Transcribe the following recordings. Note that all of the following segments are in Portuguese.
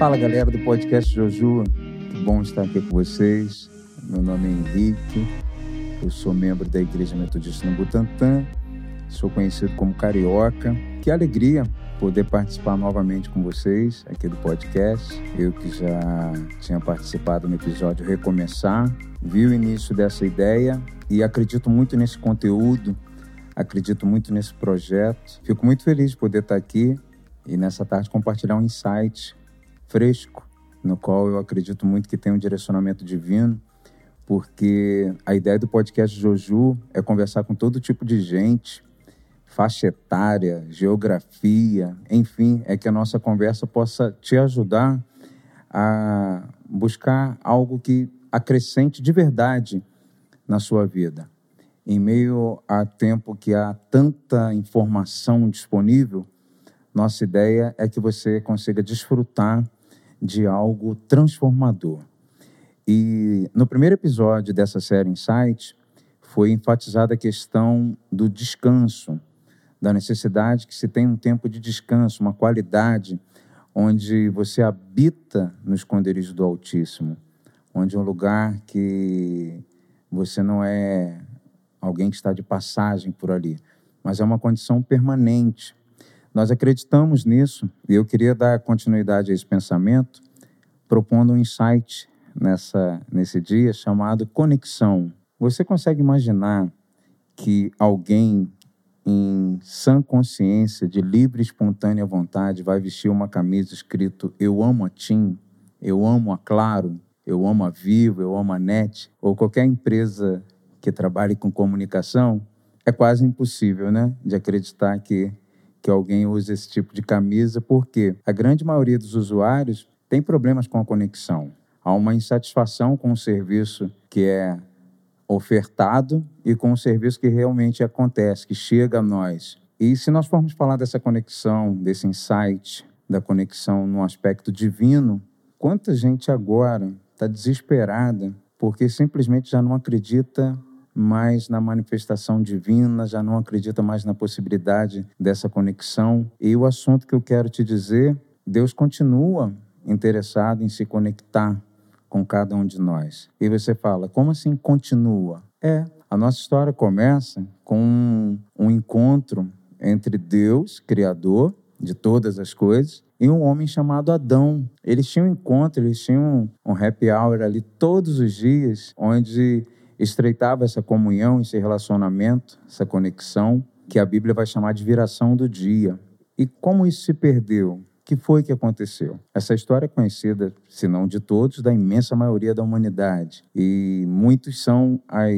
Fala, galera do podcast Joju, que bom estar aqui com vocês. Meu nome é Henrique, eu sou membro da Igreja Metodista no Butantã, sou conhecido como Carioca. Que alegria poder participar novamente com vocês aqui do podcast. Eu que já tinha participado no episódio Recomeçar, vi o início dessa ideia e acredito muito nesse conteúdo, acredito muito nesse projeto. Fico muito feliz de poder estar aqui e nessa tarde compartilhar um insight fresco, no qual eu acredito muito que tem um direcionamento divino, porque a ideia do podcast Joju é conversar com todo tipo de gente, faixa etária, geografia, enfim, é que a nossa conversa possa te ajudar a buscar algo que acrescente de verdade na sua vida. Em meio a tempo que há tanta informação disponível, nossa ideia é que você consiga desfrutar de algo transformador. E no primeiro episódio dessa série Insight, foi enfatizada a questão do descanso, da necessidade que se tenha um tempo de descanso, uma qualidade onde você habita no esconderijo do Altíssimo, onde é um lugar que você não é alguém que está de passagem por ali, mas é uma condição permanente. Nós acreditamos nisso e eu queria dar continuidade a esse pensamento, propondo um insight nesse dia chamado conexão. Você consegue imaginar que alguém em sã consciência, de livre e espontânea vontade, vai vestir uma camisa escrito "Eu amo a TIM", "Eu amo a Claro", "Eu amo a Vivo", "Eu amo a NET", ou qualquer empresa que trabalhe com comunicação? É quase impossível, né, de acreditar que alguém use esse tipo de camisa, porque a grande maioria dos usuários tem problemas com a conexão. Há uma insatisfação com o serviço que é ofertado e com o serviço que realmente acontece, que chega a nós. E se nós formos falar dessa conexão, desse insight, da conexão no aspecto divino, quanta gente agora está desesperada porque simplesmente já não acredita mais na manifestação divina, já não acredita mais na possibilidade dessa conexão. E o assunto que eu quero te dizer, Deus continua interessado em se conectar com cada um de nós. E você fala, como assim continua? A nossa história começa com um encontro entre Deus, Criador de todas as coisas, e um homem chamado Adão. Eles tinham um encontro, eles tinham um happy hour ali todos os dias, onde estreitava essa comunhão, esse relacionamento, essa conexão, que a Bíblia vai chamar de viração do dia. E como isso se perdeu? O que foi que aconteceu? Essa história é conhecida, se não de todos, da imensa maioria da humanidade. E muitos são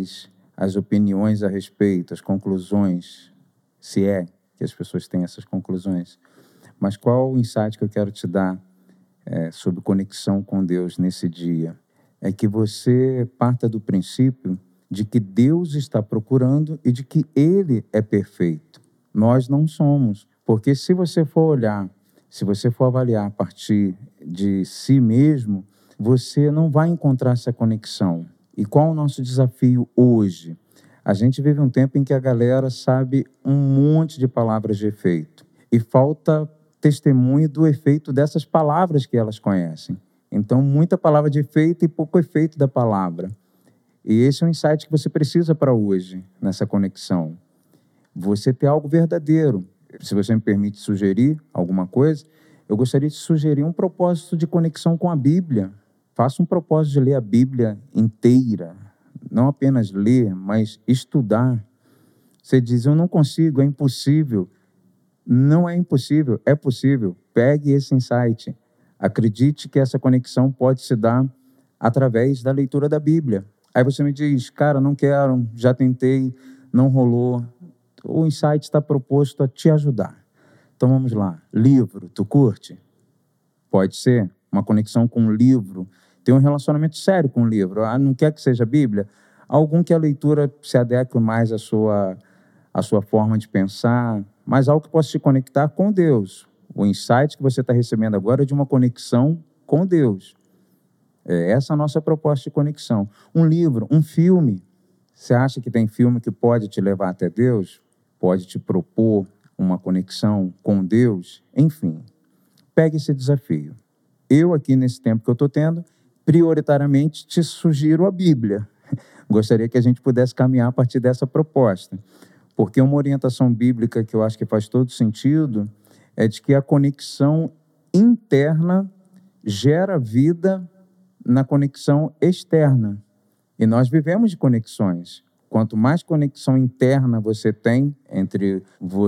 as opiniões a respeito, as conclusões, se é que as pessoas têm essas conclusões. Mas qual o insight que eu quero te dar sobre conexão com Deus nesse dia? É que você parta do princípio de que Deus está procurando e de que Ele é perfeito. Nós não somos. Porque se você for olhar, se você for avaliar a partir de si mesmo, você não vai encontrar essa conexão. E qual é o nosso desafio hoje? A gente vive um tempo em que a galera sabe um monte de palavras de efeito. E falta testemunho do efeito dessas palavras que elas conhecem. Então, muita palavra de efeito e pouco efeito da palavra. E esse é um insight que você precisa para hoje, nessa conexão. Você ter algo verdadeiro. Se você me permite sugerir alguma coisa, eu gostaria de sugerir um propósito de conexão com a Bíblia. Faça um propósito de ler a Bíblia inteira. Não apenas ler, mas estudar. Você diz, eu não consigo, é impossível. Não é impossível, é possível. Pegue esse insight. Acredite que essa conexão pode se dar através da leitura da Bíblia. Aí você me diz, cara, não quero, já tentei, não rolou. O insight está proposto a te ajudar. Então vamos lá. Livro, tu curte? Pode ser uma conexão com um livro. Tem um relacionamento sério com o livro. Não quer que seja Bíblia? Algum que a leitura se adeque mais à sua forma de pensar, mas algo que possa te conectar com Deus. O insight que você está recebendo agora é de uma conexão com Deus. Essa é a nossa proposta de conexão. Um livro, um filme. Você acha que tem filme que pode te levar até Deus? Pode te propor uma conexão com Deus? Enfim, pegue esse desafio. eu aqui nesse tempo que eu estou tendo, prioritariamente te sugiro a Bíblia. Gostaria que a gente pudesse caminhar a partir dessa proposta, porque uma orientação bíblica que eu acho que faz todo sentido é de que a conexão interna gera vida na conexão externa. E nós vivemos de conexões. Quanto mais conexão interna você tem entre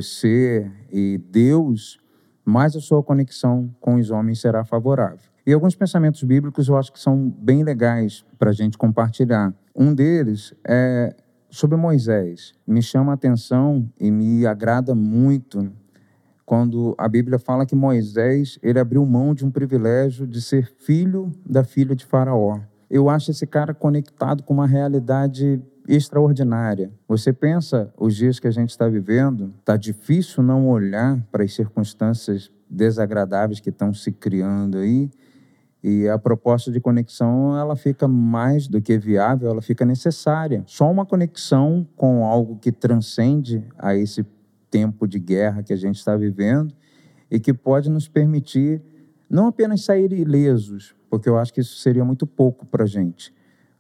você e Deus, mais a sua conexão com os homens será favorável. E alguns pensamentos bíblicos eu acho que são bem legais para a gente compartilhar. Um deles é sobre Moisés. Me chama a atenção e me agrada muito quando a Bíblia fala que Moisés ele abriu mão de um privilégio de ser filho da filha de Faraó. Eu acho esse cara conectado com uma realidade extraordinária. Você pensa os dias que a gente está vivendo, está difícil não olhar para as circunstâncias desagradáveis que estão se criando aí, e a proposta de conexão ela fica mais do que viável, ela fica necessária. Só uma conexão com algo que transcende a esse tempo de guerra que a gente está vivendo e que pode nos permitir não apenas sair ilesos, porque eu acho que isso seria muito pouco para a gente,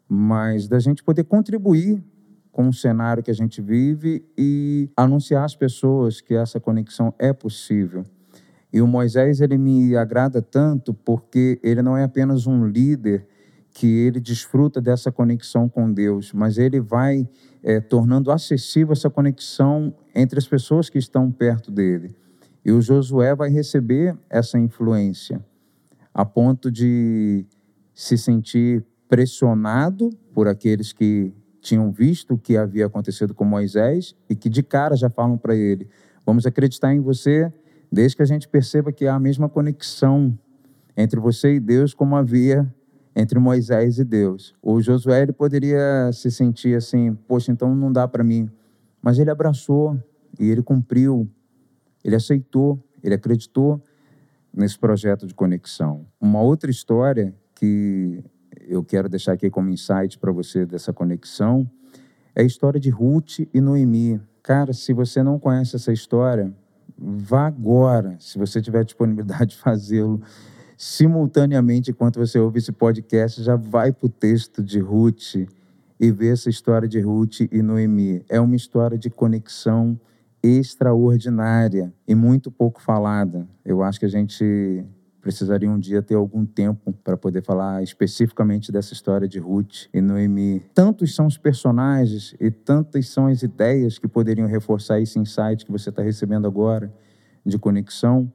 mas da gente poder contribuir com o cenário que a gente vive e anunciar às pessoas que essa conexão é possível. E o Moisés, ele me agrada tanto porque ele não é apenas um líder que ele desfruta dessa conexão com Deus, mas ele vai tornando acessível essa conexão entre as pessoas que estão perto dele. E o Josué vai receber essa influência, a ponto de se sentir pressionado por aqueles que tinham visto o que havia acontecido com Moisés e que de cara já falam para ele: vamos acreditar em você, desde que a gente perceba que há a mesma conexão entre você e Deus como havia entre Moisés e Deus. O Josué ele poderia se sentir assim, poxa, então não dá para mim. Mas ele abraçou e ele cumpriu, ele aceitou, ele acreditou nesse projeto de conexão. Uma outra história que eu quero deixar aqui como insight para você dessa conexão é a história de Ruth e Noemi. Cara, se você não conhece essa história, vá agora, se você tiver disponibilidade de fazê-lo simultaneamente enquanto você ouve esse podcast, já vai para o texto de Ruth e vê essa história de Ruth e Noemi. É uma história de conexão extraordinária e muito pouco falada. Eu acho que a gente precisaria um dia ter algum tempo para poder falar especificamente dessa história de Ruth e Noemi. Tantos são os personagens e tantas são as ideias que poderiam reforçar esse insight que você está recebendo agora de conexão,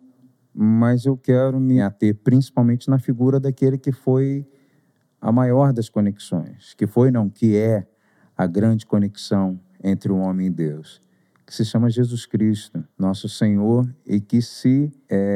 mas eu quero me ater principalmente na figura daquele que foi a maior das conexões, que é a grande conexão entre o homem e Deus, que se chama Jesus Cristo, nosso Senhor, e que se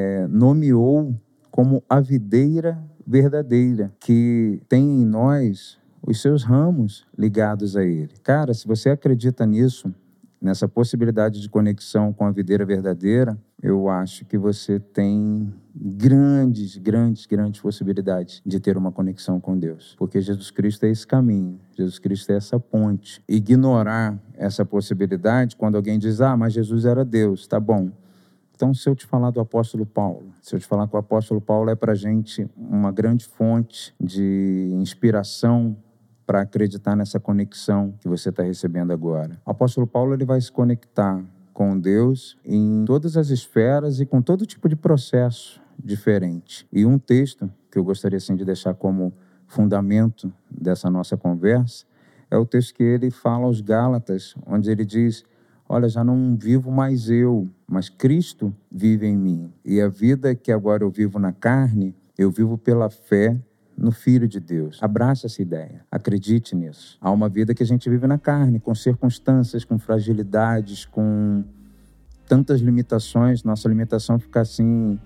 nomeou como a videira verdadeira, que tem em nós os seus ramos ligados a Ele. Cara, se você acredita nisso, nessa possibilidade de conexão com a videira verdadeira, eu acho que você tem grandes possibilidades de ter uma conexão com Deus. Porque Jesus Cristo é esse caminho, Jesus Cristo é essa ponte. Ignorar essa possibilidade quando alguém diz, mas Jesus era Deus, tá bom. Então, se eu te falar do apóstolo Paulo, se eu te falar que o apóstolo Paulo é para a gente uma grande fonte de inspiração para acreditar nessa conexão que você está recebendo agora. O apóstolo Paulo ele vai se conectar com Deus em todas as esferas e com todo tipo de processo diferente. E um texto que eu gostaria assim, de deixar como fundamento dessa nossa conversa é o texto que ele fala aos Gálatas, onde ele diz: olha, já não vivo mais eu, mas Cristo vive em mim. E a vida que agora eu vivo na carne, eu vivo pela fé no Filho de Deus. Abraça essa ideia, acredite nisso. Há uma vida que a gente vive na carne, com circunstâncias, com fragilidades, com tantas limitações. Nossa limitação fica assim,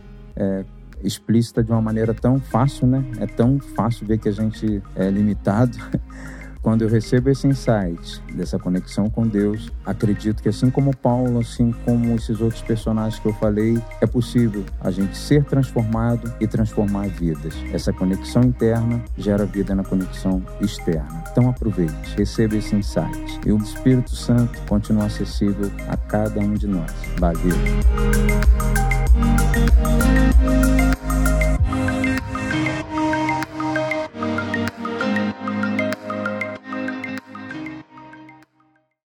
explícita de uma maneira tão fácil, né? É tão fácil ver que a gente é limitado. Quando eu recebo esse insight dessa conexão com Deus, acredito que assim como Paulo, assim como esses outros personagens que eu falei, é possível a gente ser transformado e transformar vidas. Essa conexão interna gera vida na conexão externa. Então aproveite, receba esse insight. E o Espírito Santo continua acessível a cada um de nós. Valeu!